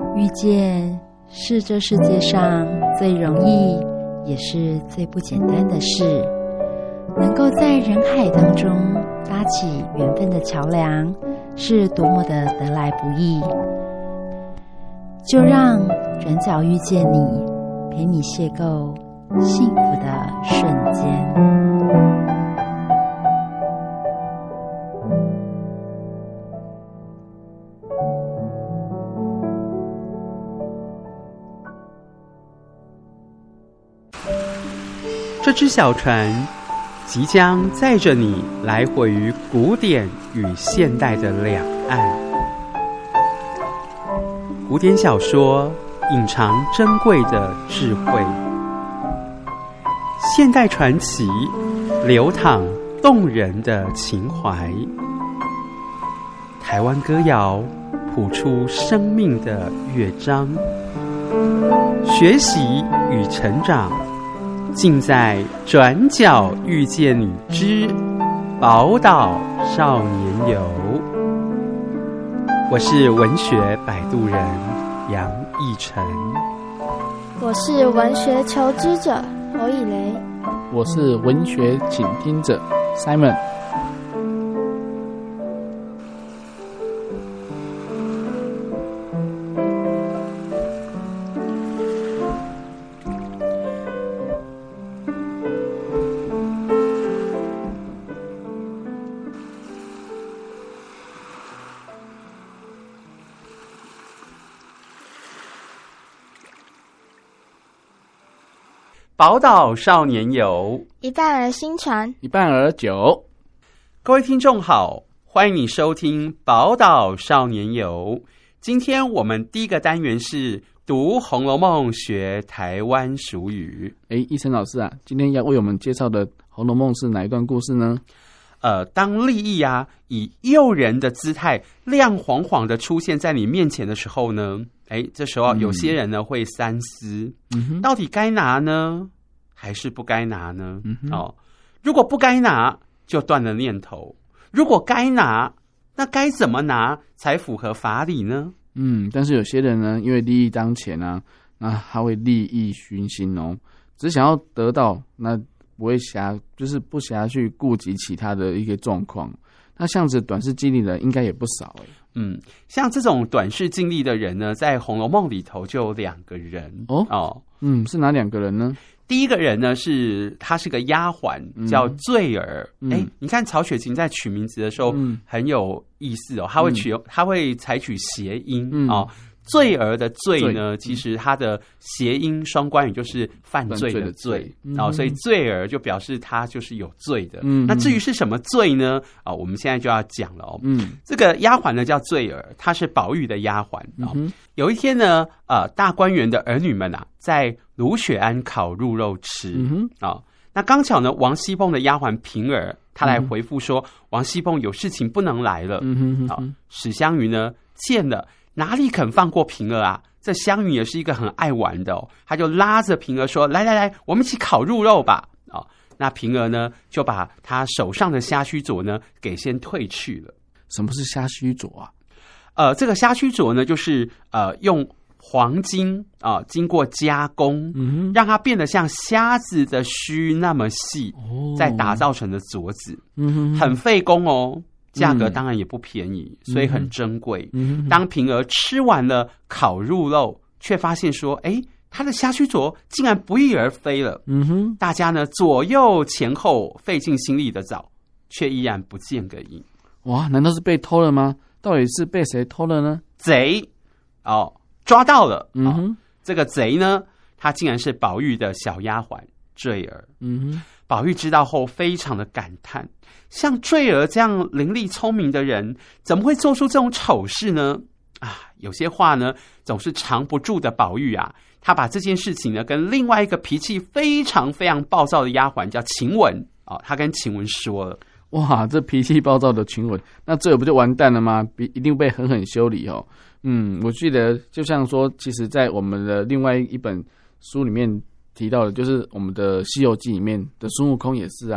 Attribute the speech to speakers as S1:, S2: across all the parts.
S1: 遇见是这世界上最容易也是最不简单的事，能够在人海当中搭起缘分的桥梁，是多么的得来不易。就让转角遇见你，陪你邂逅幸福的瞬间。
S2: 这只小船即将载着你来回于古典与现代的两岸。古典小说隐藏珍贵的智慧，现代传奇流淌动人的情怀，台湾歌谣谱出生命的乐章。学习与成长尽在转角遇见你之宝岛少年游。我是文学摆渡人杨逸晨，
S3: 我是文学求知者侯以雷，
S4: 我是文学倾听者 Simon。
S2: 宝岛少年游，
S3: 一半儿新传，
S4: 一半儿酒。
S2: 各位听众好，欢迎你收听宝岛少年游。今天我们第一个单元是读《红楼梦》学台湾俗语。
S4: 逸晨老师啊，今天要为我们介绍的《红楼梦》是哪一段故事呢？
S2: 当立意以诱人的姿态亮晃晃的出现在你面前的时候呢，这时候有些人呢会三思，到底该拿呢，还是不该拿呢？如果不该拿，就断了念头；如果该拿，那该怎么拿才符合法理呢？
S4: 但是有些人呢，因为利益当前啊，那他会利益熏心哦，只想要得到，那不会就是不暇去顾及其他的一个状况。那像子短视经历的人应该也不少
S2: 像这种短视经历的人呢，在《红楼梦》里头就有两个人
S4: 是哪两个人呢？
S2: 第一个人呢他是个丫鬟，叫坠儿。你看曹雪芹在取名字的时候很有意思哦，他会采取谐音罪儿的罪呢，其实它的谐音双关语就是犯罪的罪，所以罪儿就表示他就是有罪的。那至于是什么罪呢？我们现在就要讲了哦。这个丫鬟呢叫罪儿，她是宝玉的丫鬟。有一天呢，大观园的儿女们在卢雪庵烤鹿肉吃那刚巧呢，王熙凤的丫鬟平儿，她来回复说，王熙凤有事情不能来了。史湘云呢见了，哪里肯放过平儿啊？这湘云也是一个很爱玩的他就拉着平儿说：“来，我们一起烤鹿肉吧！”那平儿呢，就把她手上的虾须佐呢给先退去了。
S4: 什么是虾须佐啊？
S2: 这个虾须佐呢，就是用黄金经过加工，让它变得像虾子的须那么细，再打造成的佐子，很费工哦。价格当然也不便宜，所以很珍贵。当平儿吃完了烤鹿肉，却发现说，他的虾须佐竟然不翼而飞了。大家呢左右前后费尽心力的找，却依然不见个影。
S4: 哇，难道是被偷了吗？到底是被谁偷了呢？
S2: 贼抓到了。这个贼呢，他竟然是宝玉的小丫鬟坠儿。宝玉知道后非常的感叹，像坠儿这样伶俐聪明的人，怎么会做出这种丑事呢？有些话呢总是藏不住的宝玉他把这件事情呢跟另外一个脾气非常非常暴躁的丫鬟叫晴雯他跟晴雯说了。
S4: 哇，这脾气暴躁的晴雯，那这不就完蛋了吗？一定被狠狠修理我记得就像说，其实在我们的另外一本书里面提到的，就是我们的《西游记》里面的孙悟空也是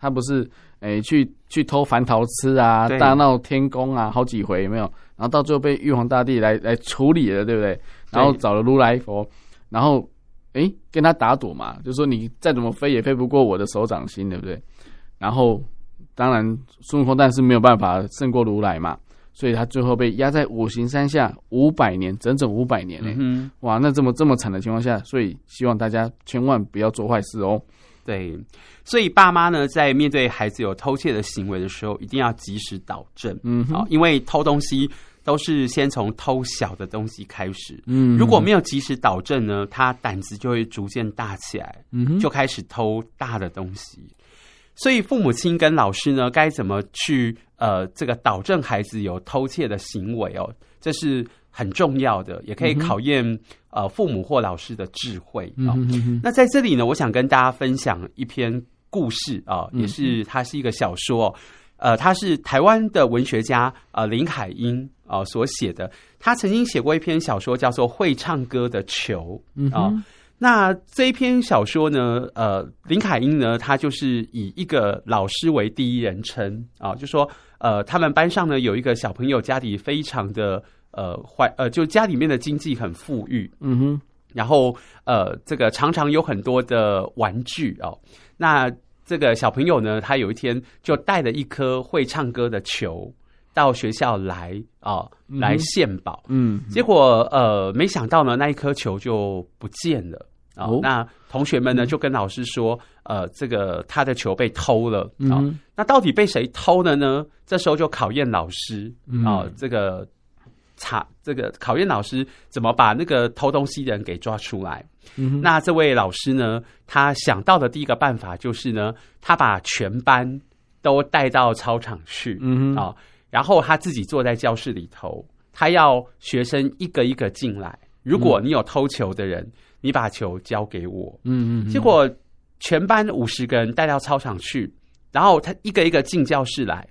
S4: 他不是去偷蟠桃吃啊，大闹天宫啊，好几回有没有？然后到最后被玉皇大帝来处理了，对不对？然后找了如来佛，然后跟他打赌嘛，就说你再怎么飞也飞不过我的手掌心，对不对？然后当然孙悟空但是没有办法胜过如来嘛，所以他最后被压在五行山下500年，整整500年哇，那这么惨的情况下，所以希望大家千万不要做坏事哦。
S2: 对，所以爸妈呢，在面对孩子有偷窃的行为的时候，一定要及时导正。因为偷东西都是先从偷小的东西开始。如果没有及时导正呢，他胆子就会逐渐大起来，就开始偷大的东西。所以父母亲跟老师呢，该怎么去这个导正孩子有偷窃的行为哦？这是很重要的，也可以考验父母或老师的智慧哦。那在这里呢，我想跟大家分享一篇故事啊，也是它是一个小说哦。他是台湾的文学家林海音所写的。他曾经写过一篇小说，叫做《会唱歌的球》那这一篇小说呢，林海音呢，他就是以一个老师为第一人称就说他们班上呢有一个小朋友家里非常的就家里面的经济很富裕，然后这个常常有很多的玩具那这个小朋友呢，他有一天就带了一颗会唱歌的球到学校来献宝，结果没想到呢，那一颗球就不见了那同学们呢就跟老师说，这个他的球被偷了那到底被谁偷了呢？这时候就考验老师这个考验老师怎么把那个偷东西的人给抓出来。那这位老师呢，他想到的第一个办法就是呢，他把全班都带到操场去然后他自己坐在教室里头，他要学生一个一个进来，如果你有偷球的人，你把球交给我。结果全班50个人带到操场去，然后他一个一个进教室来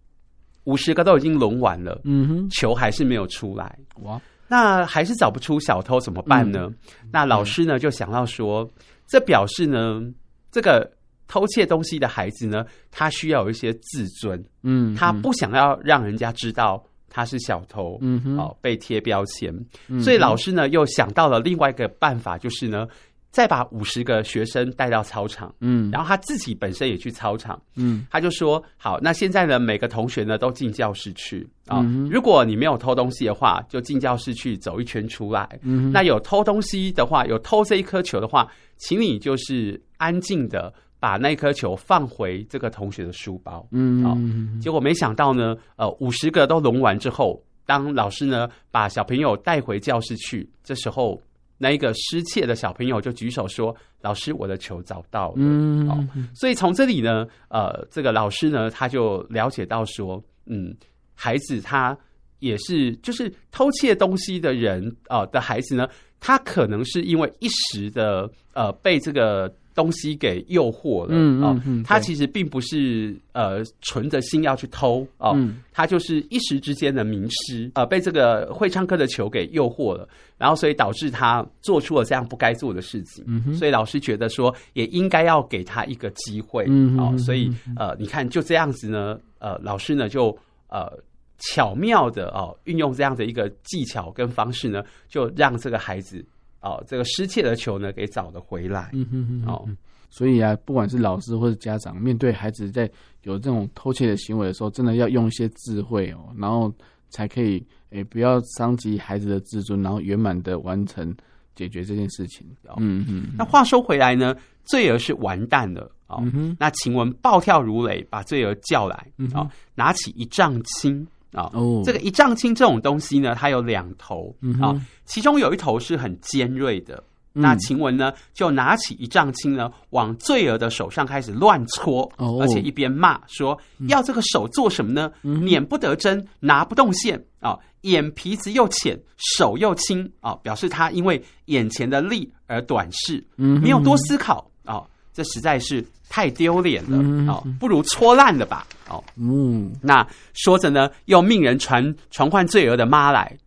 S2: ，50个都已经轮完了，球还是没有出来。哇！那还是找不出小偷怎么办呢？那老师呢就想到说，这表示呢，这个偷窃东西的孩子呢，他需要有一些自尊，他不想要让人家知道他是小偷，被贴标签，所以老师呢又想到了另外一个办法，就是呢，再把50个学生带到操场，然后他自己本身也去操场，他就说好，那现在呢每个同学呢都进教室去如果你没有偷东西的话，就进教室去走一圈出来，那有偷东西的话，有偷这一颗球的话，请你就是安静的把那颗球放回这个同学的书包。结果没想到呢，50个都轮完之后，当老师呢把小朋友带回教室去，这时候那一个失窃的小朋友就举手说：“老师，我的球找到了。”所以从这里呢，这个老师呢他就了解到说，孩子他也是就是偷窃东西的人的孩子呢，他可能是因为一时的被这个东西给诱惑了他其实并不是存着心要去偷他就是一时之间的迷失被这个会唱歌的球给诱惑了，然后所以导致他做出了这样不该做的事情所以老师觉得说也应该要给他一个机会所以你看就这样子呢老师呢就巧妙的运用这样的一个技巧跟方式呢，就让这个孩子这个失窃的球呢给找了回来
S4: 所以不管是老师或者家长，面对孩子在有这种偷窃的行为的时候，真的要用一些智慧然后才可以不要伤及孩子的自尊，然后圆满的完成解决这件事情
S2: 那话说回来呢，罪儿是完蛋了那晴雯暴跳如雷，把罪儿叫来拿起一丈青这个一丈青这种东西呢，它有2头其中有一头是很尖锐的那晴雯呢就拿起一丈青呢往罪儿的手上开始乱戳而且一边骂说要这个手做什么呢捻不得针，拿不动线眼皮子又浅，手又轻表示他因为眼前的利而短视没有多思考这实在是太丢脸了不如戳烂了吧那说着呢又命人传唤罪儿的妈来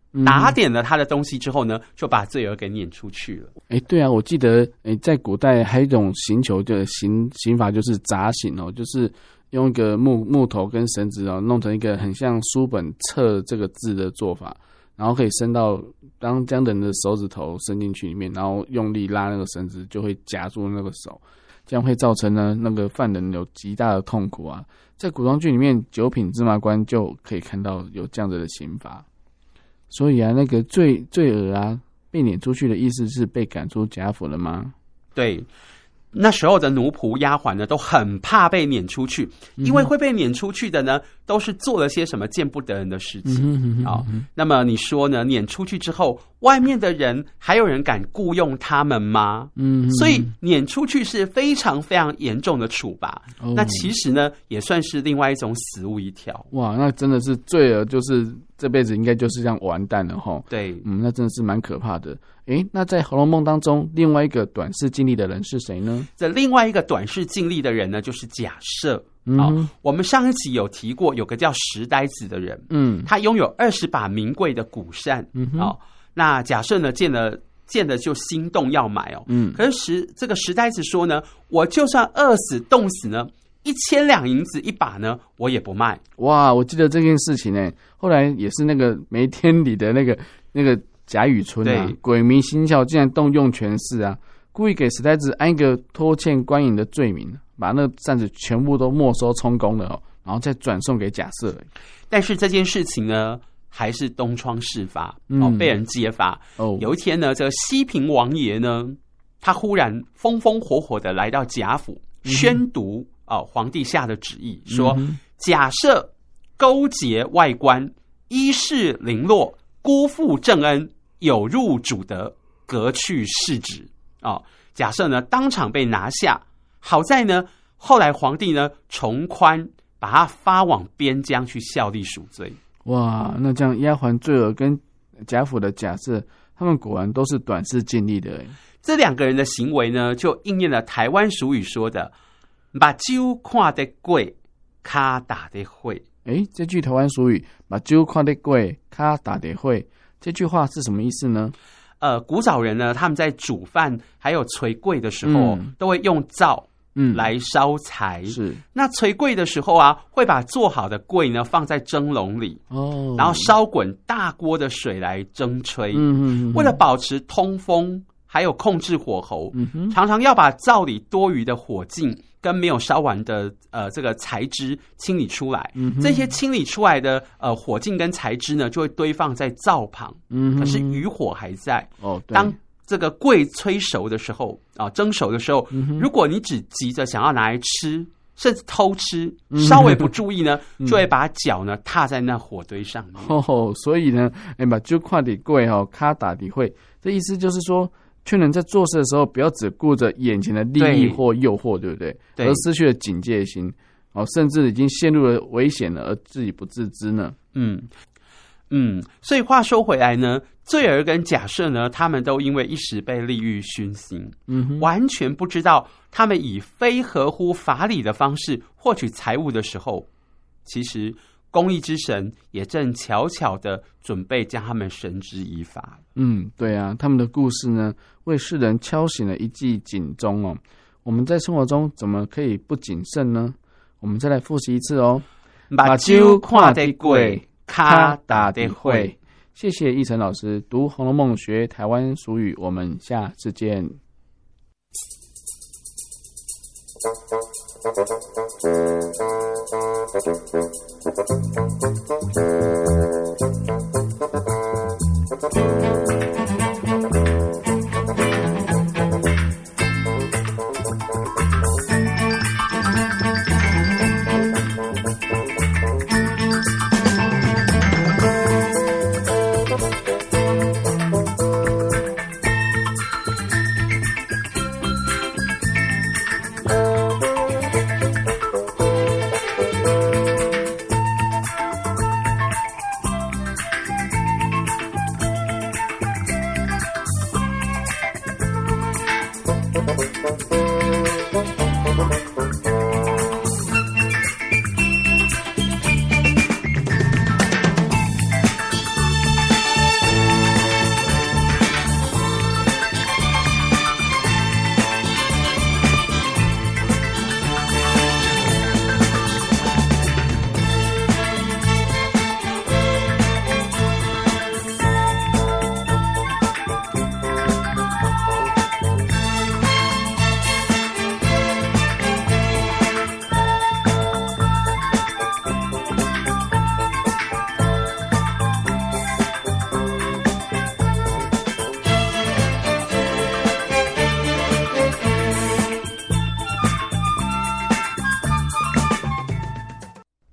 S2: 打点了他的东西之后呢，就把罪儿给撵出去了。
S4: 对啊，我记得在古代还有一种刑求的刑法，就是砸刑哦，就是用一个木头跟绳子哦，弄成一个很像书本册这个字的做法，然后可以伸到将人的手指头伸进去里面，然后用力拉那个绳子，就会夹住那个手，这样会造成呢那个犯人有极大的痛苦啊。在古装剧里面，九品芝麻官就可以看到有这样子的刑罚。所以啊，那个罪儿啊，被撵出去的意思是被赶出贾府了吗？
S2: 对，那时候的奴仆丫鬟呢，都很怕被撵出去，因为会被撵出去的呢，都是做了些什么见不得人的事情。那么你说呢？撵出去之后，外面的人还有人敢雇佣他们吗？所以撵出去是非常非常严重的处罚。那其实呢，也算是另外一种死路一条。
S4: 哇，那真的是罪儿，就是这辈子应该就是这样完蛋了齁。
S2: 对，
S4: 那真的是蛮可怕的。那在《红楼梦》当中，另外一个短视近利的人是谁呢？
S2: 这另外一个短视近利的人呢，就是贾赦。我们上一集有提过，有个叫石呆子的人，他拥有20把名贵的古扇。那贾赦呢，见了就心动要买哦。可是这个石呆子说呢，我就算饿死冻死呢，1000两银子一把呢，我也不卖。
S4: 哇，我记得这件事情后来也是那个梅天里的那个贾雨村啊，鬼迷心窍，竟然动用权势啊，故意给石呆子安一个拖欠官银的罪名，把那个扇子全部都没收充公了然后再转送给贾赦。
S2: 但是这件事情呢，还是东窗事发被人揭发。有一天呢，这个西平王爷呢，他忽然风风火火的来到贾府，宣读皇帝下的旨意，说贾赦勾结外官，依事零落，辜负正恩，有辱主德，革去世职。贾赦呢当场被拿下。好在呢，后来皇帝呢从宽，把他发往边疆去效力赎罪。
S4: 哇，那这样丫鬟罪儿跟贾府的贾赦，他们果然都是短视近利的。
S2: 这两个人的行为呢，就应验了台湾俗语说的“把酒看得贵，卡打得会”。
S4: 这句台湾俗语“把酒看得贵，卡打得会”，这句话是什么意思呢？
S2: 古早人呢，他们在煮饭还有捶柜的时候，都会用灶来烧柴。是，那捶柜的时候啊，会把做好的柜呢放在蒸笼里，然后烧滚大锅的水来蒸吹。为了保持通风，还有控制火候，常常要把灶里多余的火劲跟没有烧完的这个材质清理出来。这些清理出来的火劲跟材质呢，就会堆放在灶旁。可是余火还在。当这个柜催熟的时候蒸熟的时候，如果你只急着想要拿来吃，甚至偷吃，稍微不注意呢，就会把脚呢踏在那火堆上面。
S4: 所以呢，把就看得贵卡打得会，这意思就是说，劝人在做事的时候，不要只顾着眼前的利益或诱惑，对不对？而失去了警戒心，甚至已经陷入了危险了，而自己不自知呢。
S2: 所以话说回来呢，罪儿跟贾赦呢，他们都因为一时被利欲熏心，完全不知道他们以非合乎法理的方式获取财物的时候，其实公义之神也正悄悄的准备将他们绳之以法。
S4: 对啊，他们的故事呢，为世人敲醒了一记警钟我们在生活中怎么可以不谨慎呢？我们再来复习一次
S2: 把酒看得贵，卡打得会。
S4: 谢谢奕晨老师读《红楼梦》学台湾俗语，我们下次见。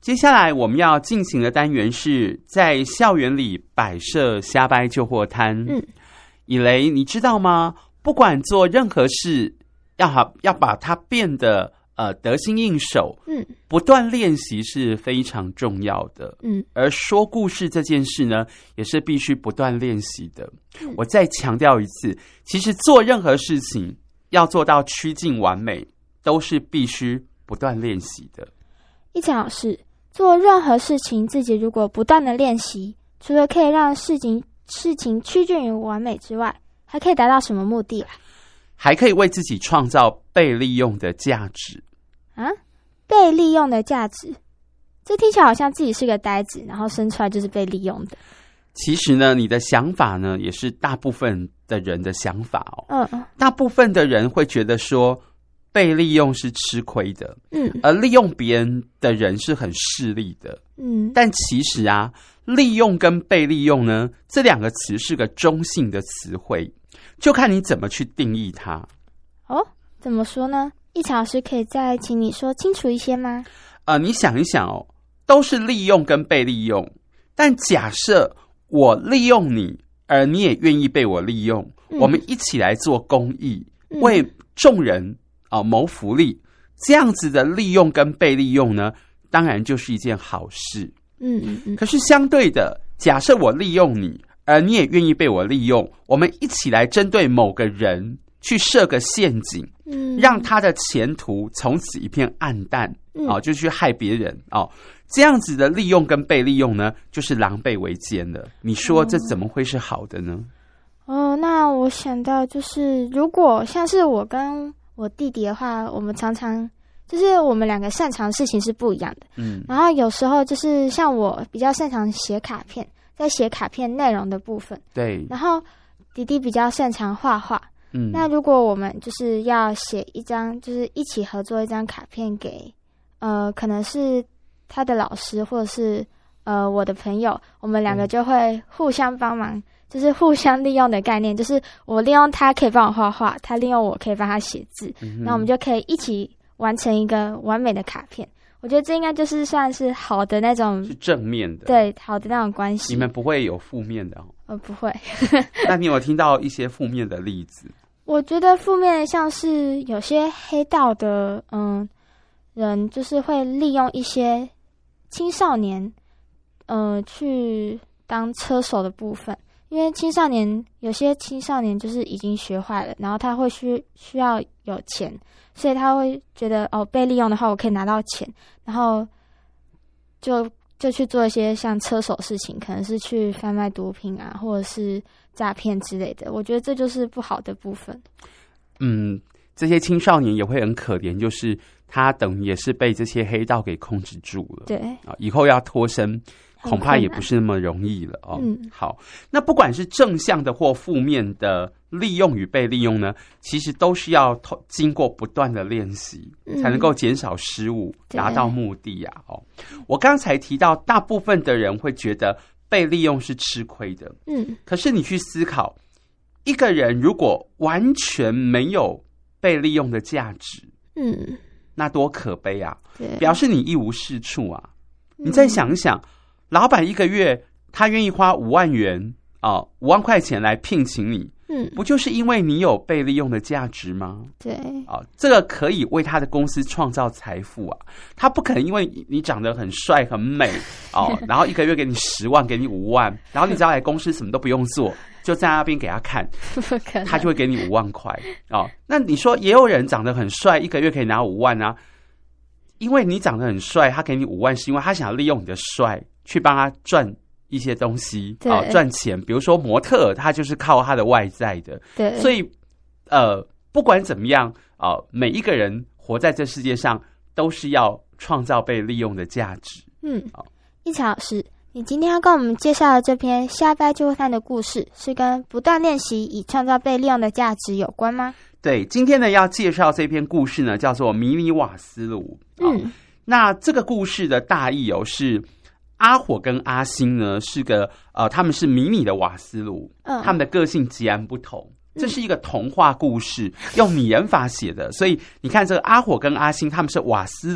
S2: 接下来我们要进行的单元是在校园里摆设瞎掰旧货摊。以雷，你知道吗？不管做任何事，要把它变得得心应手。不断练习是非常重要的。而说故事这件事呢，也是必须不断练习的。我再强调一次，其实做任何事情要做到趋近完美，都是必须不断练习的。
S3: 一强老师，做任何事情，自己如果不断的练习，除了可以让事情趋近于完美之外，还可以达到什么目的啊？
S2: 还可以为自己创造被利用的价值。
S3: 啊？被利用的价值？这听起来好像自己是个呆子，然后生出来就是被利用的。
S2: 其实呢，你的想法呢，也是大部分的人的想法哦。大部分的人会觉得说，被利用是吃亏的，而利用别人的人是很势利的，但其实啊，利用跟被利用呢，这两个词是个中性的词汇，就看你怎么去定义它。
S3: 哦，怎么说呢？一强老师可以再请你说清楚一些吗？
S2: 你想一想哦，都是利用跟被利用，但假设我利用你，而你也愿意被我利用，我们一起来做公益，为众人谋福利，这样子的利用跟被利用呢，当然就是一件好事。可是相对的，假设我利用你，而你也愿意被我利用，我们一起来针对某个人去设个陷阱，让他的前途从此一片暗淡，就去害别人这样子的利用跟被利用呢，就是狼狈为奸了。你说这怎么会是好的呢？
S3: 那我想到就是，如果像是我跟我弟弟的话，我们常常就是我们两个擅长的事情是不一样的。然后有时候就是像我比较擅长写卡片，在写卡片内容的部分，对，然后弟弟比较擅长画画。那如果我们就是要写一张，就是一起合作一张卡片给可能是他的老师或者是我的朋友，我们两个就会互相帮忙，就是互相利用的概念，就是我利用他可以帮我画画，他利用我可以帮他写字，那我们就可以一起完成一个完美的卡片。我觉得这应该就是算是好的那种，是
S2: 正面的，
S3: 对，好的那种关系。
S2: 你们不会有负面的
S3: 不会。
S2: 那你有听到一些负面的例子？
S3: 我觉得负面的像是有些黑道的人，就是会利用一些青少年去当车手的部分，因为有些青少年就是已经学坏了，然后他会需要有钱，所以他会觉得被利用的话我可以拿到钱，然后就去做一些像车手事情，可能是去贩卖毒品啊，或者是诈骗之类的。我觉得这就是不好的部分。
S2: 这些青少年也会很可怜，就是他等于也是被这些黑道给控制住了。对以后要脱身恐怕也不是那么容易了好，那不管是正向的或负面的利用与被利用呢，其实都是要经过不断的练习，才能够减少失误，达到目的我刚才提到大部分的人会觉得被利用是吃亏的，可是你去思考，一个人如果完全没有被利用的价值，那多可悲啊，表示你一无是处啊。你再想一想，老板一个月他愿意花5万元5万块钱来聘请你，不就是因为你有被利用的价值吗？对这个可以为他的公司创造财富啊。他不可能因为你长得很帅很美然后一个月给你10万给你5万，然后你只要来公司什么都不用做，就在那边给他看，他就会给你5万块那你说也有人长得很帅，一个月可以拿5万啊。因为你长得很帅，他给你5万是因为他想要利用你的帅去帮他赚一些东西赚钱。比如说模特他就是靠他的外在的。对，所以不管怎么样每一个人活在这世界上都是要创造被利用的价值。
S3: 一强老师，你今天要跟我们介绍的这篇瞎掰就会看的故事，是跟不断练习以创造被利用的价值有关吗？
S2: 对，今天呢要介绍这篇故事呢，叫做迷你瓦斯炉。那这个故事的大意是阿火跟阿星呢是个他们是迷你的瓦斯炉，他们的个性截然不同。这是一个童话故事，用拟人法写的，所以你看这个阿火跟阿星他们是瓦斯炉，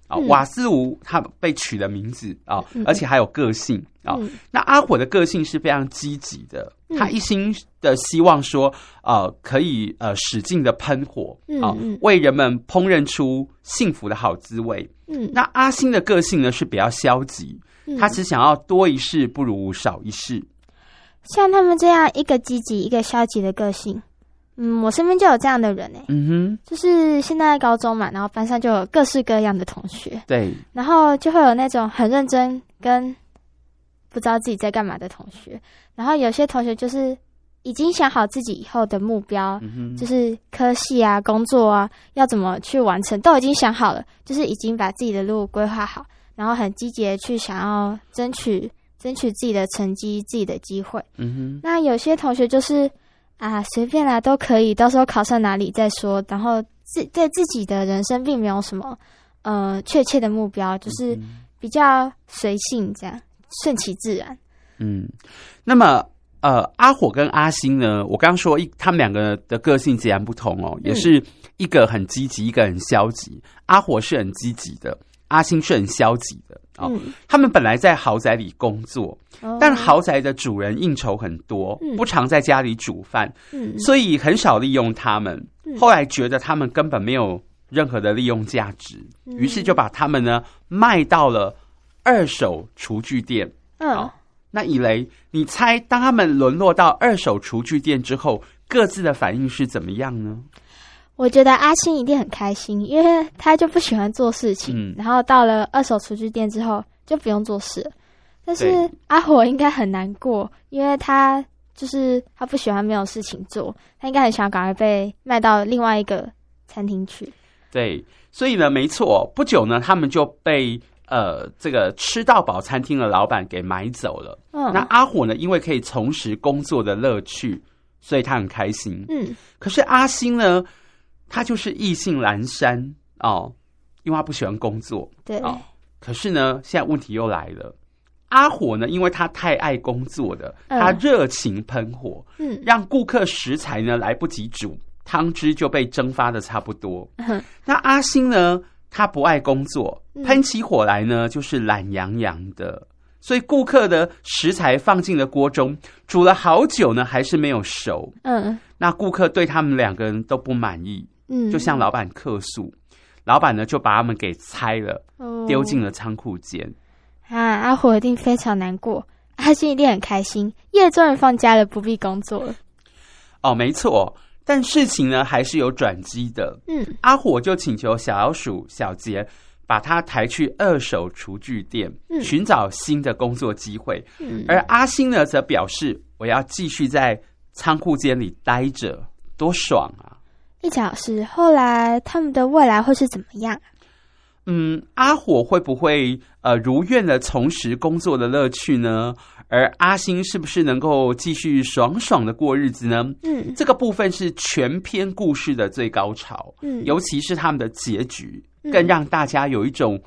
S2: 瓦斯炉他被取了名字而且还有个性那阿火的个性是非常积极的，他一心的希望说可以使劲的喷火为人们烹饪出幸福的好滋味。那阿星的个性呢是比较消极，他只想要多一事不如少一事。
S3: 像他们这样一个积极一个消极的个性，我身边就有这样的人就是现在高中嘛，然后班上就有各式各样的同学，
S2: 对，
S3: 然后就会有那种很认真跟不知道自己在干嘛的同学，然后有些同学就是已经想好自己以后的目标，就是科系啊、工作啊要怎么去完成，都已经想好了，就是已经把自己的路规划好，然后很积极的去想要争取自己的成绩、自己的机会。那有些同学就是随便啦都可以，到时候考上哪里再说，然后对自己的人生并没有什么确切的目标，就是比较随性这样，顺其自然。
S2: 那么阿火跟阿星呢，我刚刚说他们两个的个性截然不同也是一个很积极，一个很消极。阿火是很积极的，阿星是很消极的他们本来在豪宅里工作，但豪宅的主人应酬很多，不常在家里煮饭，所以很少利用他们。后来觉得他们根本没有任何的利用价值，于是就把他们呢卖到了二手厨具店。那以雷，你猜当他们沦落到二手厨具店之后，各自的反应是怎么样呢？
S3: 我觉得阿星一定很开心，因为他就不喜欢做事情，然后到了二手厨具店之后就不用做事了。但是阿火应该很难过，因为他不喜欢没有事情做，他应该很想赶快被卖到另外一个餐厅去。
S2: 对，所以呢，没错，不久呢，他们就被这个吃到饱餐厅的老板给买走了。那阿火呢，因为可以重拾工作的乐趣，所以他很开心。可是阿星呢，他就是意兴阑珊因为他不喜欢工作。
S3: 对
S2: 可是呢，现在问题又来了。阿火呢，因为他太爱工作的，他热情喷火，让顾客食材呢来不及煮，汤汁就被蒸发的差不多。那阿星呢，他不爱工作，喷起火来呢就是懒洋洋的，所以顾客的食材放进了锅中，煮了好久呢还是没有熟。那顾客对他们两个人都不满意，就向老板客诉，老板呢就把他们给拆了，丢进了仓库间。
S3: 阿火一定非常难过，阿星一定很开心，夜终于放假了，不必工作了。
S2: 没错，但事情呢还是有转机的。阿火就请求小老鼠小杰把他抬去二手厨具店，寻找新的工作机会。而阿星呢则表示，我要继续在仓库间里待着，多爽啊！
S3: 一小时后来他们的未来会是怎么样？
S2: 阿火会不会如愿的重拾工作的乐趣呢？而阿星是不是能够继续爽爽的过日子呢？这个部分是全篇故事的最高潮，尤其是他们的结局，更让大家有一种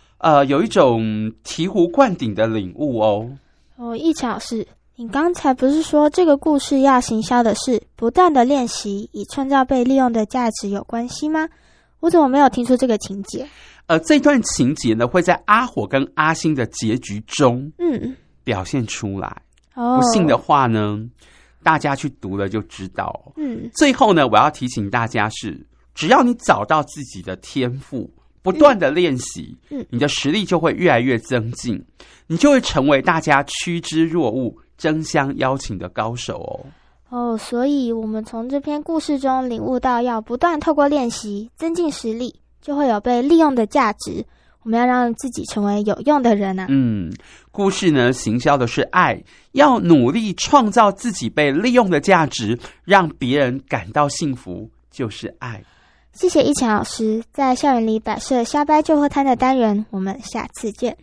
S2: 醍醐灌顶的领悟
S3: 易巧老师，你刚才不是说这个故事要行销的是不断的练习以创造被利用的价值有关系吗？我怎么没有听出这个情节？
S2: 这段情节呢会在阿火跟阿星的结局中表现出来。不信的话呢，大家去读了就知道。最后呢，我要提醒大家是，只要你找到自己的天赋，不断的练习，你的实力就会越来越增进，你就会成为大家趋之若鹜、争相邀请的高手
S3: 所以我们从这篇故事中领悟到，要不断透过练习增进实力，就会有被利用的价值。我们要让自己成为有用的人啊。
S2: 故事呢行销的是爱，要努力创造自己被利用的价值，让别人感到幸福，就是爱。
S3: 谢谢一强老师，在校园里摆设瞎掰旧货摊的单元，我们下次见。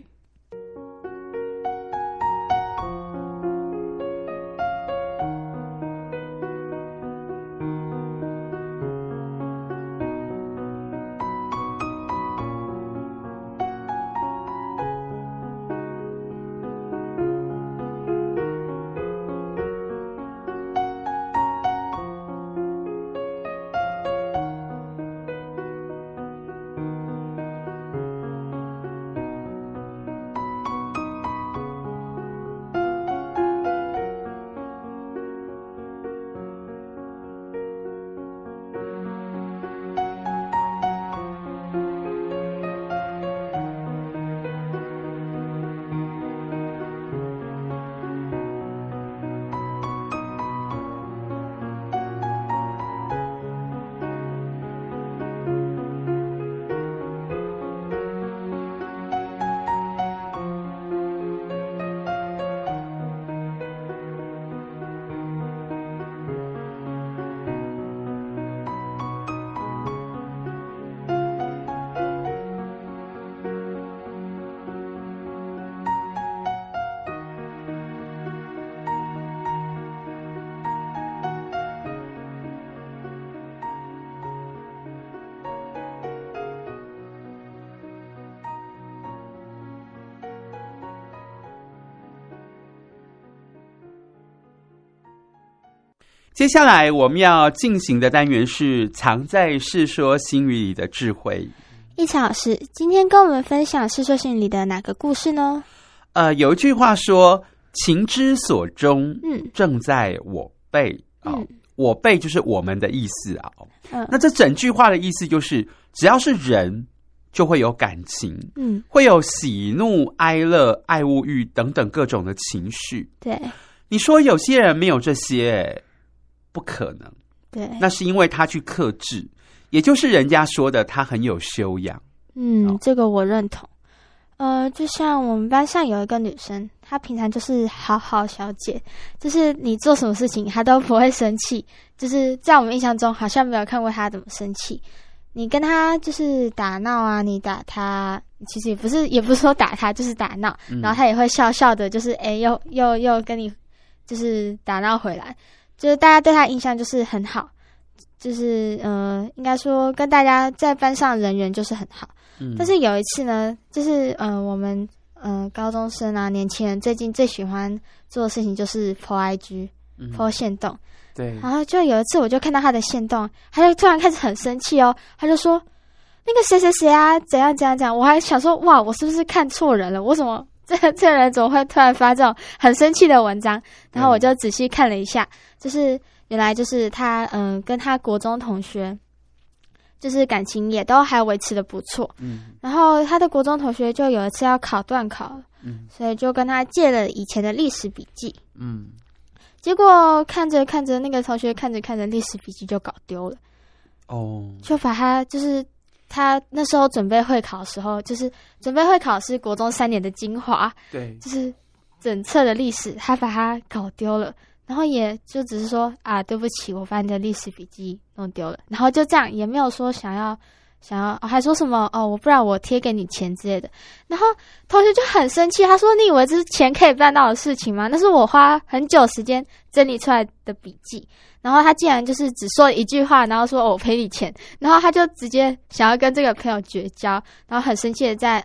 S2: 接下来我们要进行的单元是藏在世说新语里的智慧。
S3: 一强老师今天跟我们分享世说新语里的哪个故事呢？
S2: 有一句话说情之所钟，正在我辈。我辈就是我们的意思啊。那这整句话的意思就是只要是人就会有感情，会有喜怒哀乐爱恶欲等等各种的情绪。
S3: 对，你
S2: 说有些人没有这些，不可能。
S3: 对，
S2: 那是因为他去克制，也就是人家说的他很有修养。
S3: 这个我认同。就像我们班上有一个女生，她平常就是好好小姐，就是你做什么事情她都不会生气，就是在我们印象中好像没有看过她怎么生气。你跟她就是打闹啊，你打她，其实也不是说打她，就是打闹，然后她也会笑笑的，就是又跟你就是打闹回来，就是大家对她印象就是很好，就是应该说跟大家在班上人缘就是很好。但是有一次呢，就是我们高中生啊年轻人最近最喜欢做的事情就是 po IG、po 限动。
S2: 对，
S3: 然后就有一次我就看到他的限动，他就突然开始很生气哦，他就说那个谁谁谁啊怎样怎样怎样，我还想说哇我是不是看错人了，我怎么这个人怎么会突然发这种很生气的文章？然后我就仔细看了一下，就是原来就是他跟他国中同学就是感情也都还维持的不错，然后他的国中同学就有一次要考段考，所以就跟他借了以前的历史笔记，结果看着看着那个同学看着看着历史笔记就搞丢了，就把他就是他那时候准备会考的时候，就是准备会考是国中3年的精华，
S2: 对，
S3: 就是整册的历史，他把它搞丢了。然后也就只是说啊，对不起，我把你的历史笔记弄丢了。然后就这样，也没有说想要，还说什么我不然我贴给你钱之类的。然后同学就很生气，他说：“你以为这是钱可以办到的事情吗？那是我花很久时间整理出来的笔记。”然后他竟然就是只说一句话，然后说：“我赔你钱。”然后他就直接想要跟这个朋友绝交，然后很生气的在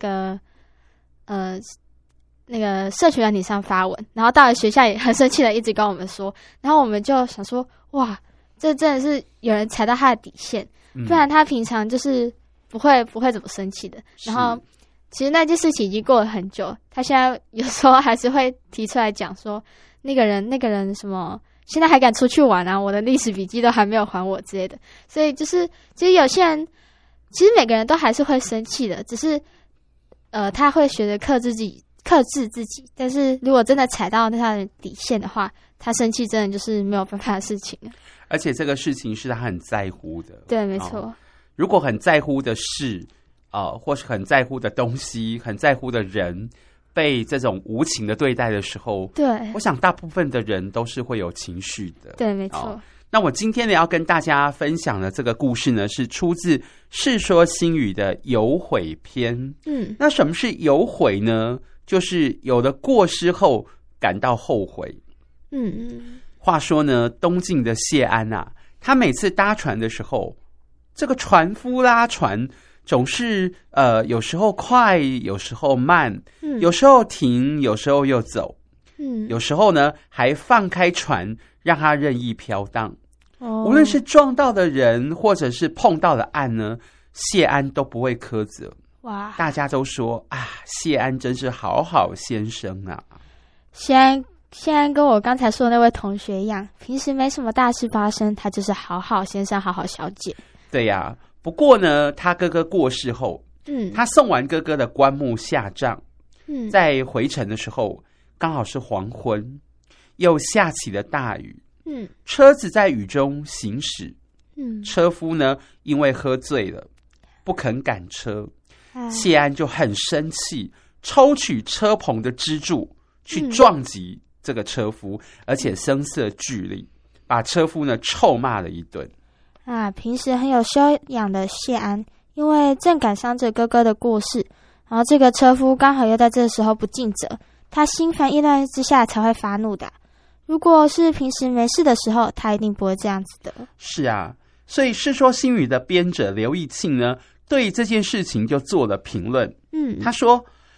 S3: 那个社群软体上发文，然后到了学校也很生气的一直跟我们说，然后我们就想说哇，这真的是有人踩到他的底线，不然他平常就是不会怎么生气的。然后其实那件事情已经过了很久，他现在有时候还是会提出来讲说那个人什么现在还敢出去玩啊，我的历史笔记都还没有还我之类的。所以就是其实有些人其实每个人都还是会生气的，只是他会学着克制自己，但是如果真的踩到他的底线的话，他生气真的就是没有办法的事情了。
S2: 而且这个事情是他很在乎的。
S3: 对，没错。
S2: 如果很在乎的事或是很在乎的东西，很在乎的人被这种无情的对待的时候，
S3: 对，
S2: 我想大部分的人都是会有情绪的。
S3: 对，没错。
S2: 那我今天呢要跟大家分享的这个故事呢，是出自《世说新语》的有悔篇。那什么是有悔呢？就是有了过失后感到后悔。话说呢，东晋的谢安啊，他每次搭船的时候，这个船夫拉船总是有时候快，有时候慢，有时候停，有时候又走，有时候呢还放开船让它任意飘荡。无论是撞到的人或者是碰到的岸呢，谢安都不会苛责。哇！大家都说啊，谢安真是好好先生啊。
S3: 谢安跟我刚才说的那位同学一样，平时没什么大事发生，他就是好好先生好好小姐。
S2: 对呀，不过呢他哥哥过世后，他送完哥哥的棺木下葬，在回程的时候刚好是黄昏，又下起了大雨，车子在雨中行驶，车夫呢因为喝醉了不肯赶车，谢安就很生气，抽取车棚的支柱去撞击这个车夫，而且声色俱厉，把车夫呢臭骂了一顿。
S3: 平时很有修养的谢安，因为正赶上着哥哥的过世，然后这个车夫刚好又在这时候不尽责，他心烦意乱之下才会发怒的。如果是平时没事的时候，他一定不会这样子的。
S2: 是啊，所以《世说新语》的编者刘义庆呢，对这件事情就做了评论。他说：“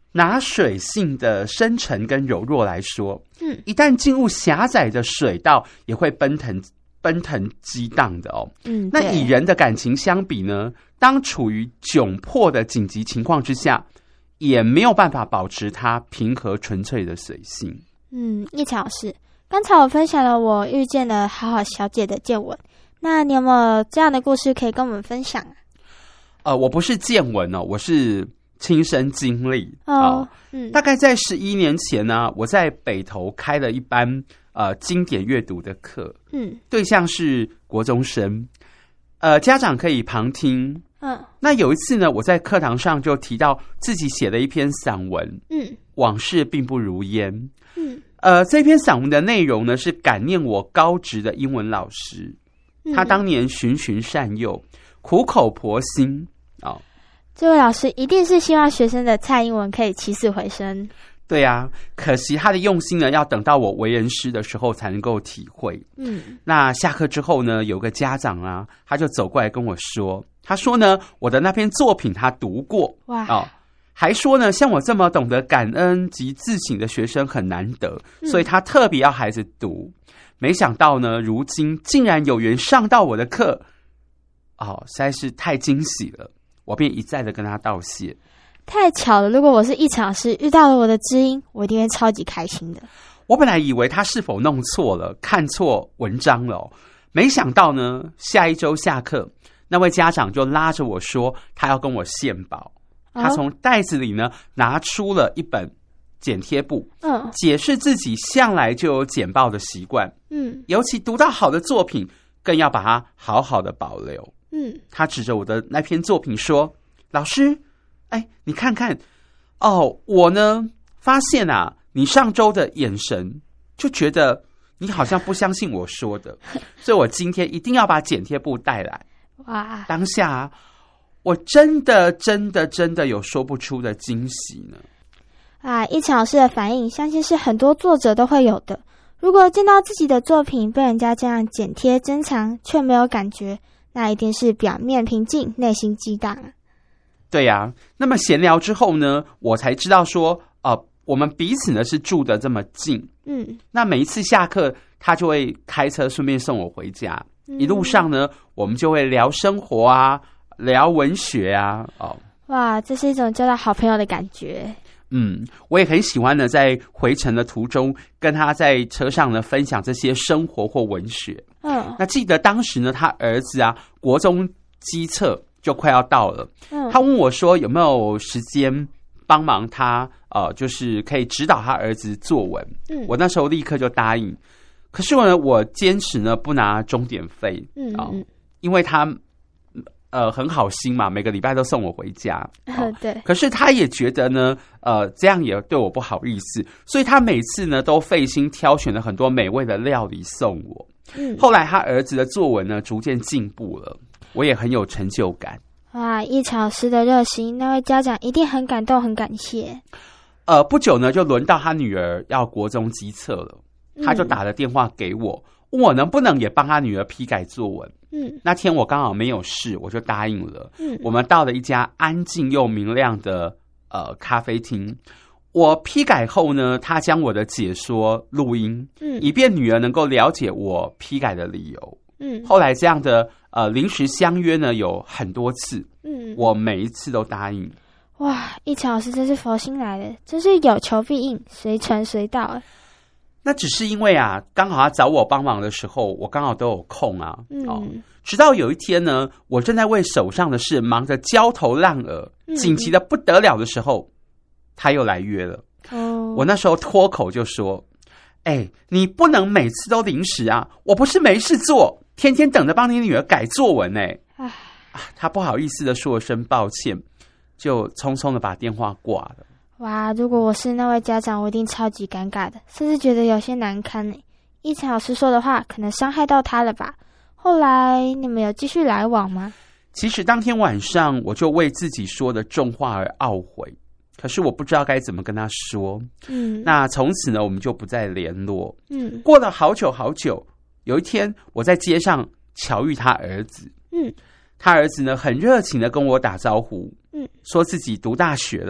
S2: 拿水性的深沉跟柔弱来说，一旦进入狭窄的水道，也会奔腾激荡的哦。那以人的感情相比呢，当处于窘迫的紧急情况之下，也没有办法保持它平和纯粹的水性。
S3: 一巧是，刚才我分享了我遇见了好好小姐的见闻，那你有没有这样的故事可以跟我们分享啊？
S2: 我不是见闻哦，我是亲身经历大概在11年前呢，我在北投开了一班经典阅读的课，对象是国中生，家长可以旁听。那有一次呢，我在课堂上就提到自己写了一篇散文，往事并不如烟。这篇散文的内容呢，是感念我高职的英文老师，他当年循循善诱，苦口婆心
S3: 这位老师一定是希望学生的蔡英文可以起死回生。
S2: 对啊，可惜他的用心呢，要等到我为人师的时候才能够体会。那下课之后呢，有个家长啊，他就走过来跟我说，他说呢，我的那篇作品他读过，还说呢，像我这么懂得感恩及自省的学生很难得，所以他特别要孩子读。没想到呢，如今竟然有缘上到我的课，实在是太惊喜了。我便一再的跟他道谢。
S3: 太巧了，如果我是一场师遇到了我的知音，我一定会超级开心的。
S2: 我本来以为他是否弄错了，看错文章了没想到呢，下一周下课，那位家长就拉着我说，他要跟我献宝。他从袋子里呢拿出了一本剪贴簿，解释自己向来就有剪报的习惯，尤其读到好的作品，更要把它好好的保留。他指着我的那篇作品说，老师，你看看我呢发现啊，你上周的眼神就觉得你好像不相信我说的，所以我今天一定要把剪贴簿带来。
S3: 哇！
S2: 当下我真的有说不出的惊喜呢。
S3: 一场老师的反应，相信是很多作者都会有的。如果见到自己的作品被人家这样剪贴珍藏，却没有感觉，那一定是表面平静，内心激荡。
S2: 对啊，那么闲聊之后呢，我才知道说，我们彼此呢是住得这么近。那每一次下课，他就会开车顺便送我回家。一路上呢，我们就会聊生活啊，聊文学啊。
S3: 哇，这是一种交到好朋友的感觉。
S2: 我也很喜欢呢，在回程的途中跟他在车上呢分享这些生活或文学。那记得当时呢，他儿子啊国中基测就快要到了，他问我说有没有时间帮忙他就是可以指导他儿子作文。我那时候立刻就答应，可是呢，我坚持呢不拿钟点费，因为他很好心嘛，每个礼拜都送我回家。
S3: 对。
S2: 可是他也觉得呢，这样也对我不好意思，所以他每次呢都费心挑选了很多美味的料理送我。后来他儿子的作文呢逐渐进步了，我也很有成就感。
S3: 哇，一场老师的热心，那位家长一定很感动，很感谢。
S2: 不久呢，就轮到他女儿要国中基测了，他就打了电话给我，问我能不能也帮他女儿批改作文。那天我刚好没有事，我就答应了。我们到了一家安静又明亮的咖啡厅。我批改后呢，他将我的解说录音，以便女儿能够了解我批改的理由。后来这样的临时相约呢有很多次，我每一次都答应。
S3: 哇，一场老师真是佛心来的，真是有求必应，随传随到。
S2: 那只是因为啊，刚好他找我帮忙的时候，我刚好都有空啊。直到有一天呢，我正在为手上的事忙得焦头烂额，紧急的不得了的时候，他又来约了。我那时候脱口就说：“你不能每次都临时啊！我不是没事做，天天等着帮你女儿改作文他不好意思的说了声抱歉，就匆匆的把电话挂了。
S3: 哇，如果我是那位家长，我一定超级尴尬的，甚至觉得有些难堪。一晨老师说的话可能伤害到他了吧？后来你们有继续来往吗？
S2: 其实当天晚上我就为自己说的重话而懊悔，可是我不知道该怎么跟他说。那从此呢，我们就不再联络。过了好久好久，有一天我在街上巧遇他儿子。他儿子呢很热情的跟我打招呼，说自己读大学了，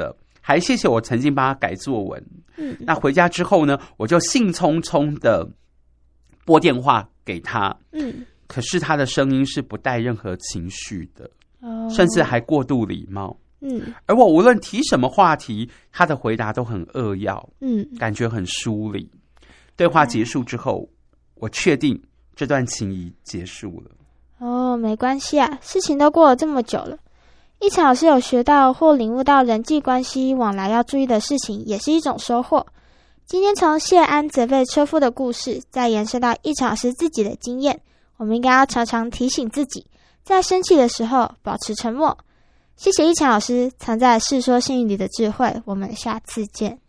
S2: 还谢谢我曾经帮他改作文。那回家之后呢，我就兴冲冲的拨电话给他。可是他的声音是不带任何情绪的，甚至还过度礼貌。而我无论提什么话题，他的回答都很扼要，感觉很疏离。对话结束之后，我确定这段情谊结束了。
S3: 没关系啊，事情都过了这么久了。奕晨老师有学到或领悟到人际关系往来要注意的事情，也是一种收获。今天从谢安责备车夫的故事，再延伸到奕晨老师自己的经验，我们应该要常常提醒自己，在生气的时候保持沉默。谢谢奕晨老师藏在《世说新语》里的智慧，我们下次见。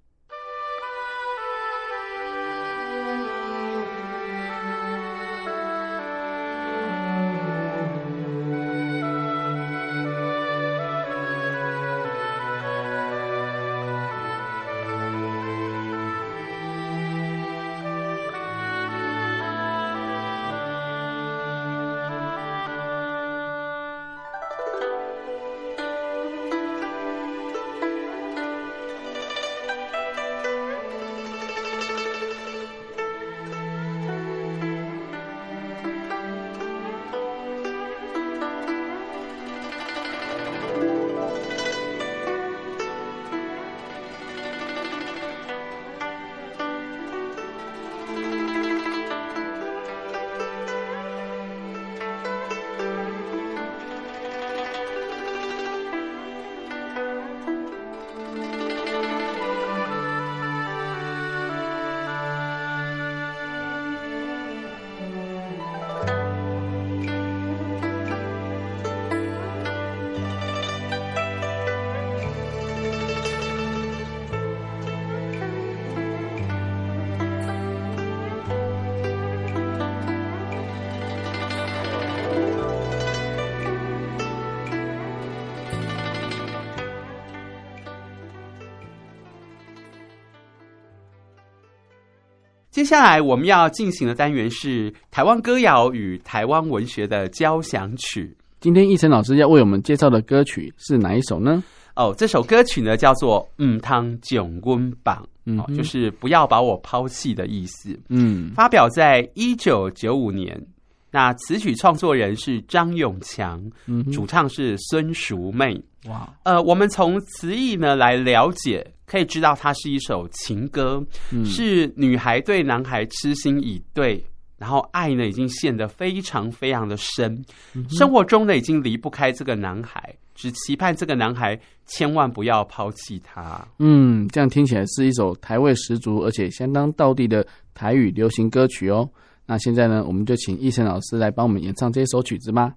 S2: 接下来我们要进行的单元是台湾歌谣与台湾文学的交响曲。
S4: 今天奕晨老师要为我们介绍的歌曲是哪一首呢？
S2: 这首歌曲呢叫做唔通将阮放，就是不要把我抛弃的意思。发表在1995年。那词曲创作人是张永强，主唱是孙淑妹。哇，我们从词义呢来了解，可以知道它是一首情歌，是女孩对男孩痴心以对，然后爱呢已经陷得非常非常的深，生活中呢已经离不开这个男孩，只期盼这个男孩千万不要抛弃他。
S4: 这样听起来是一首台味十足而且相当道地的台语流行歌曲哦。那现在呢，我们就请奕晨老师来帮我们演唱这首曲子吧。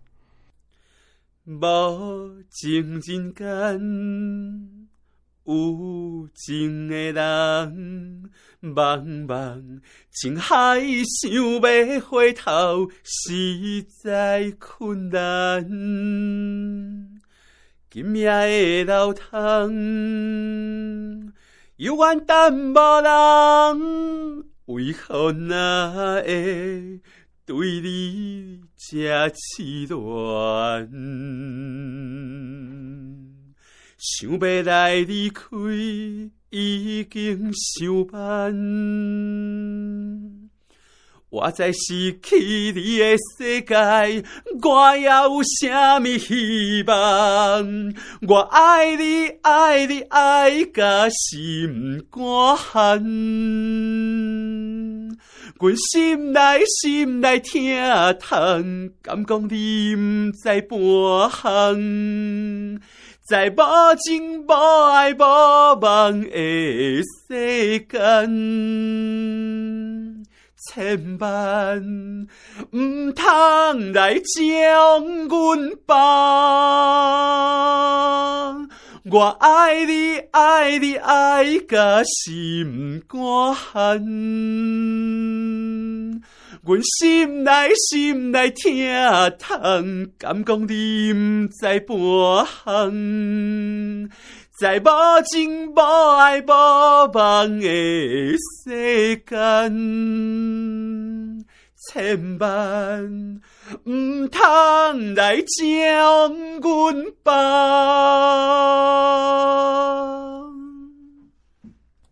S2: 无情人间有情的人，茫茫情海想要回头，实在困难。今夜的流汤，犹原等无人。为何那会对你这痴恋？想要来离开，已经伤慢。我在失去你的世界，我也有啥物希望？我爱你，爱你，爱到心肝寒。阮心内疼痛，敢讲你不知半项？在无情、无爱、无望的世间，千万唔通来将阮放。我爱你，爱你，爱到心肝寒。阮心内疼痛，敢讲你不知半项？在无情、无爱、无望的世间，千万唔通来将阮放。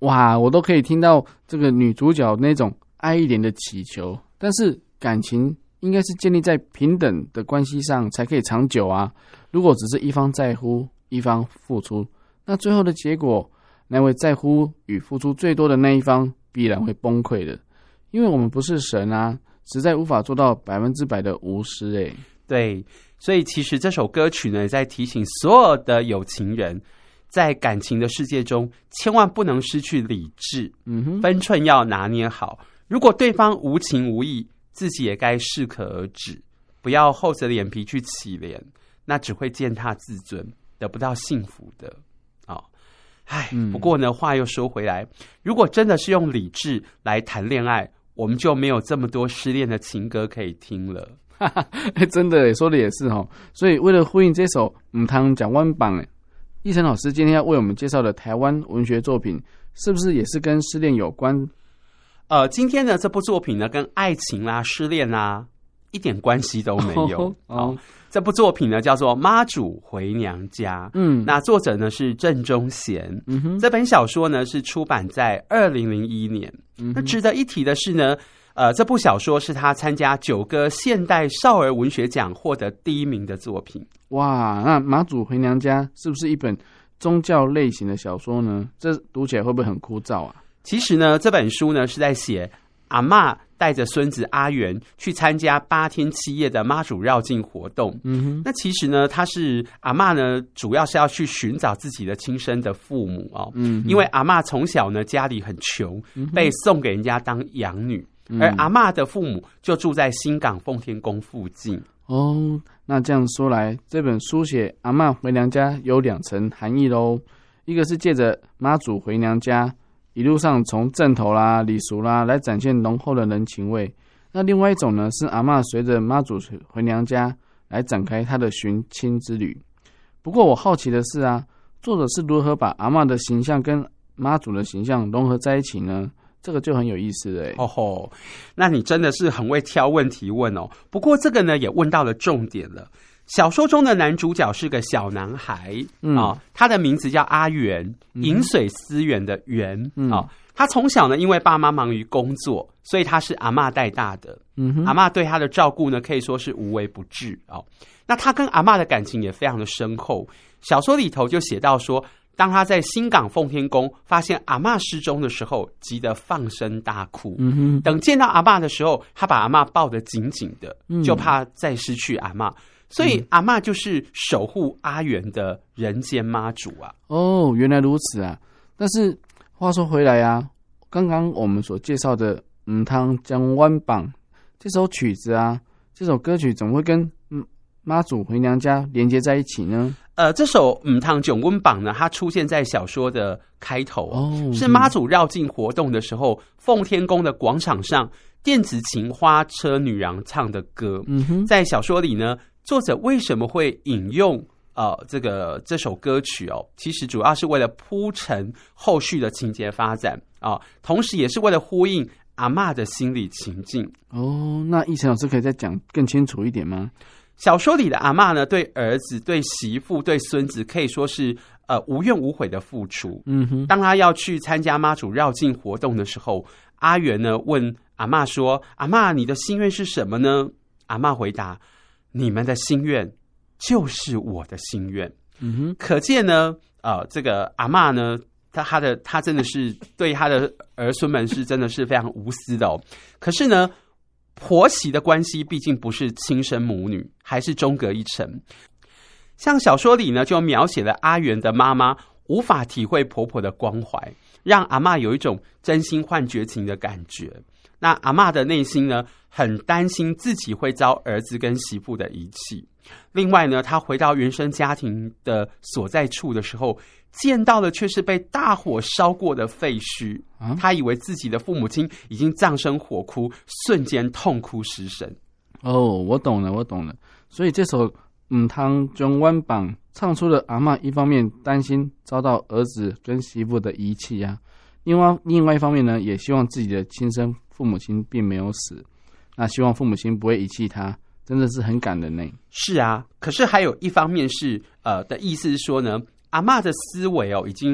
S4: 哇，我都可以听到这个女主角那种爱一点的祈求，但是感情应该是建立在平等的关系上才可以长久啊。如果只是一方在乎，一方付出，那最后的结果，那位在乎与付出最多的那一方必然会崩溃的，因为我们不是神啊，实在无法做到100%的无私欸。
S2: 对，所以其实这首歌曲呢，在提醒所有的有情人，在感情的世界中，千万不能失去理智，分寸要拿捏好。如果对方无情无义，自己也该适可而止，不要厚着脸皮去乞怜，那只会践踏自尊，得不到幸福的。不过呢，话又说回来，如果真的是用理智来谈恋爱，我们就没有这么多失恋的情歌可以听了。
S4: 真的耶，说的也是齁。所以为了呼应这首唔通讲弯榜，奕成老师今天要为我们介绍的台湾文学作品，是不是也是跟失恋有关？
S2: 今天的这部作品呢，跟爱情啦、失恋啦一点关系都没有。这部作品呢叫做《妈祖回娘家》，那作者呢是郑中贤。这本小说呢是出版在2001年。那值得一提的是呢，这部小说是他参加9个现代少儿文学奖获得第1名的作品。哇，
S4: 那《妈祖回娘家》是不是一本宗教类型的小说呢？这读起来会不会很枯燥啊？
S2: 其实呢，这本书呢是在写阿嬷带着孙子阿元去参加8天7夜的妈祖绕境活动。那其实呢，他是阿嬷呢，主要是要去寻找自己的亲生的父母哦。因为阿嬷从小呢家里很穷，被送给人家当养女，而阿嬷的父母就住在新港奉天宫附近。
S4: 那这样说来，这本书写阿嬷回娘家有2层含义咯。一个是借着妈祖回娘家，一路上从正头啦、礼俗啦来展现浓厚的人情味。那另外一种呢，是阿嬷随着妈祖回娘家来展开她的寻亲之旅。不过我好奇的是啊，作者是如何把阿嬷的形象跟妈祖的形象融合在一起呢？这个就很有意思了。
S2: 那你真的是很会挑问题问哦。不过这个呢，也问到了重点了。小说中的男主角是个小男孩他的名字叫阿元，饮水思源的源他从小呢，因为爸妈忙于工作，所以他是阿嬷带大的。阿嬷对他的照顾呢，可以说是无微不至那他跟阿嬷的感情也非常的深厚。小说里头就写到说，当他在新港奉天宫发现阿嬷失踪的时候，急得放声大哭。等见到阿嬷的时候，他把阿嬷抱得紧紧的，就怕再失去阿嬷。所以阿嬷就是守护阿元的人间妈祖啊。
S4: 原来如此啊。但是话说回来啊，刚刚我们所介绍的唔通讲弯榜这首曲子啊，这首歌曲怎么会跟妈祖回娘家连接在一起呢？
S2: 这首唔通讲弯榜呢，它出现在小说的开头是妈祖绕境活动的时候，奉天宫的广场上电子琴花车女郎唱的歌。在小说里呢，作者为什么会引用这首歌曲其实主要是为了铺陈后续的情节发展同时也是为了呼应阿嬷的心理情境。
S4: 那奕成老师可以再讲更清楚一点吗？
S2: 小说里的阿嬷呢，对儿子、对媳妇、对孙子可以说是无怨无悔的付出。当他要去参加妈祖绕境活动的时候，阿元呢问阿嬷说：“阿嬷，你的心愿是什么呢？”阿嬷回答：“你们的心愿就是我的心愿。”可见呢，这个阿嬷呢，他真的是对他的儿孙们是真的是非常无私的可是呢，婆媳的关系毕竟不是亲生母女，还是中隔一层。像小说里呢，就描写了阿元的妈妈无法体会婆婆的关怀，让阿嬷有一种真心换绝情的感觉。那阿嬷的内心呢，很担心自己会遭儿子跟媳妇的遗弃。另外呢，她回到原生家庭的所在处的时候，见到的却是被大火烧过的废墟。她以为自己的父母亲已经葬身火窟，瞬间痛哭失声。
S4: 我懂了。所以这首唔通讲弯榜唱出了阿嬷一方面担心遭到儿子跟媳妇的遗弃啊，另外一方面呢，也希望自己的亲生父母亲并没有死，那希望父母亲不会遗弃他，真的是很感人呢。
S2: 是啊，可是还有一方面是的意思是说呢，阿嬷的思维已经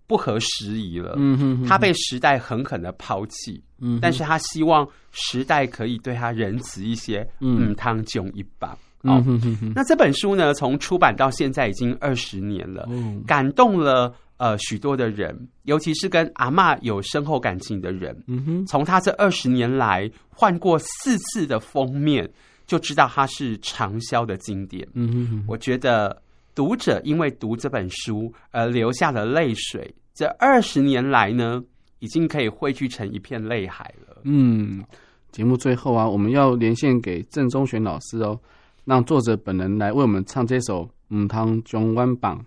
S2: 不合时宜了，他被时代狠狠的抛弃，但是他希望时代可以对他仁慈一些，汤囧一把。那这本书呢，从出版到现在已经20年了，感动了许多的人，尤其是跟阿嬷有深厚感情的人。从他这20年来换过4次的封面，就知道它是畅销的经典。我觉得读者因为读这本书而流下的泪水，这20年来呢，已经可以汇聚成一片泪海了。
S4: 节目最后啊，我们要连线给郑中玄老师哦，让作者本人来为我们唱这首《汤囧阮棒》。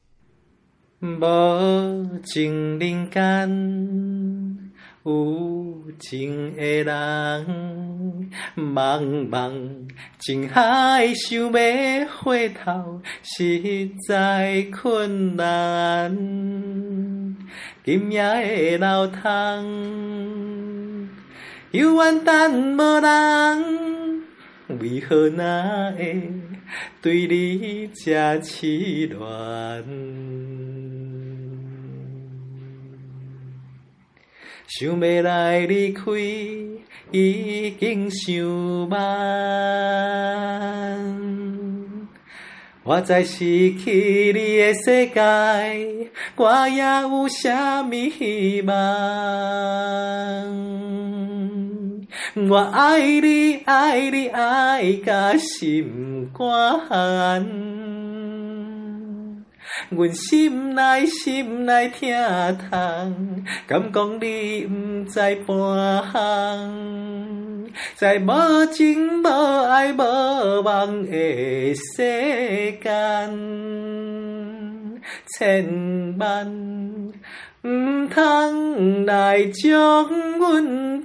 S5: 无情人间有情的人，茫茫情海想要回头，实在困难。今夜的流汤，犹原等无人，为何那会对你这痴恋？想要来离开，已经伤慢。我在失去你的世界，我也有啥物希望？我爱你，爱你，爱到心肝。阮心内疼痛，敢讲你不知半项，在无情无爱无望的世间，千万不通来将阮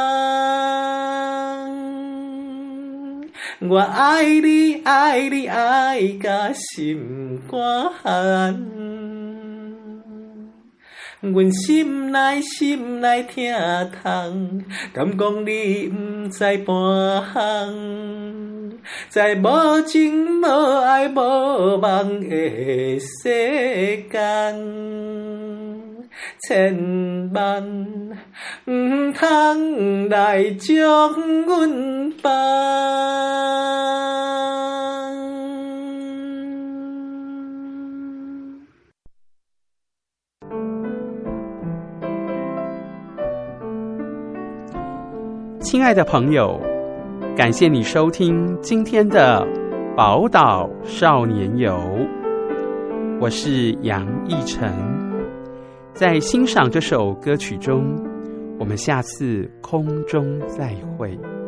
S5: 放。我爱你，爱你，爱到心肝。阮心内疼痛，敢讲你不知半项，在无情无爱无望的世间，千万不通来将阮放。
S2: 亲爱的朋友，感谢你收听今天的宝岛少年游，我是杨逸晨。在欣赏这首歌曲中，我们下次空中再会。